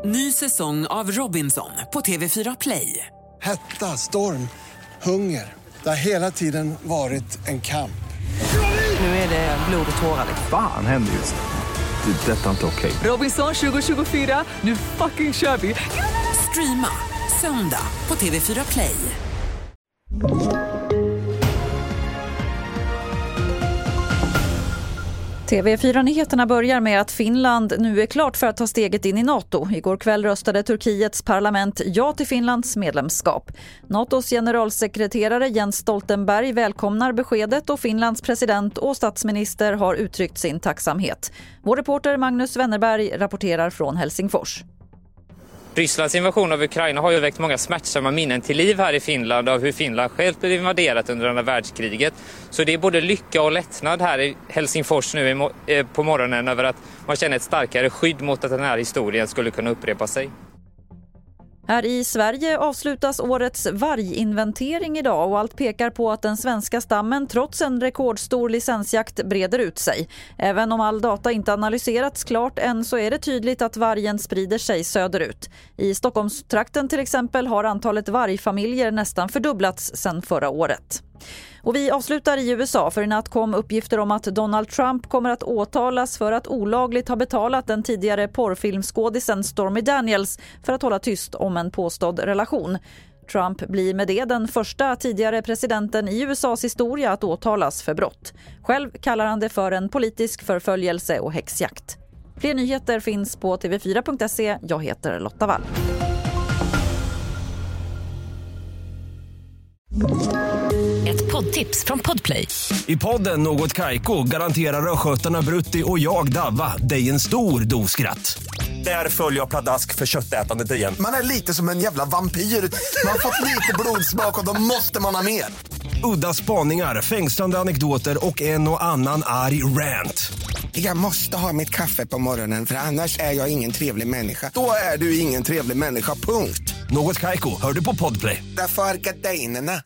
Ny säsong av Robinson på TV4 Play. Hetta, storm, hunger. Det har hela tiden varit en kamp. Nu är det blod och tårar. Fan händer just nu. Det. Detta är inte okej. Robinson 2024, nu fucking kör vi. Streama söndag på TV4 Play. TV4-nyheterna börjar med att Finland nu är klart för att ta steget in i NATO. Igår kväll röstade Turkiets parlament ja till Finlands medlemskap. NATOs generalsekreterare Jens Stoltenberg välkomnar beskedet och Finlands president och statsminister har uttryckt sin tacksamhet. Vår reporter Magnus Wennerberg rapporterar från Helsingfors. Rysslands invasion av Ukraina har ju väckt många smärtsamma minnen till liv här i Finland av hur Finland själv blev invaderat under andra världskriget. Så det är både lycka och lättnad här i Helsingfors nu på morgonen över att man känner ett starkare skydd mot att den här historien skulle kunna upprepa sig. Här i Sverige avslutas årets varginventering idag och allt pekar på att den svenska stammen trots en rekordstor licensjakt breder ut sig. Även om all data inte analyserats klart än så är det tydligt att vargen sprider sig söderut. I Stockholmstrakten till exempel har antalet vargfamiljer nästan fördubblats sedan förra året. Och vi avslutar i USA, för i natt kom uppgifter om att Donald Trump kommer att åtalas för att olagligt ha betalat den tidigare porrfilmskådisen Stormy Daniels för att hålla tyst om en påstådd relation. Trump blir med det den första tidigare presidenten i USAs historia att åtalas för brott. Själv kallar han det för en politisk förföljelse och häxjakt. Fler nyheter finns på tv4.se. Jag heter Lotta Wall. Ett poddtips från Podplay. I podden Något Kaiko garanterar röskötarna Brutti och jag Davva dig en stor doskratt. Där följer jag pladask för köttätandet igen. Man är lite som en jävla vampyr. Man har fått lite blodsmak och då måste man ha mer. Udda spaningar, fängslande anekdoter och en och annan arg rant. Jag måste ha mitt kaffe på morgonen för annars är jag ingen trevlig människa. Då är du ingen trevlig människa, punkt. Något Kaiko, hör du på Podplay. Därför är gardinerna.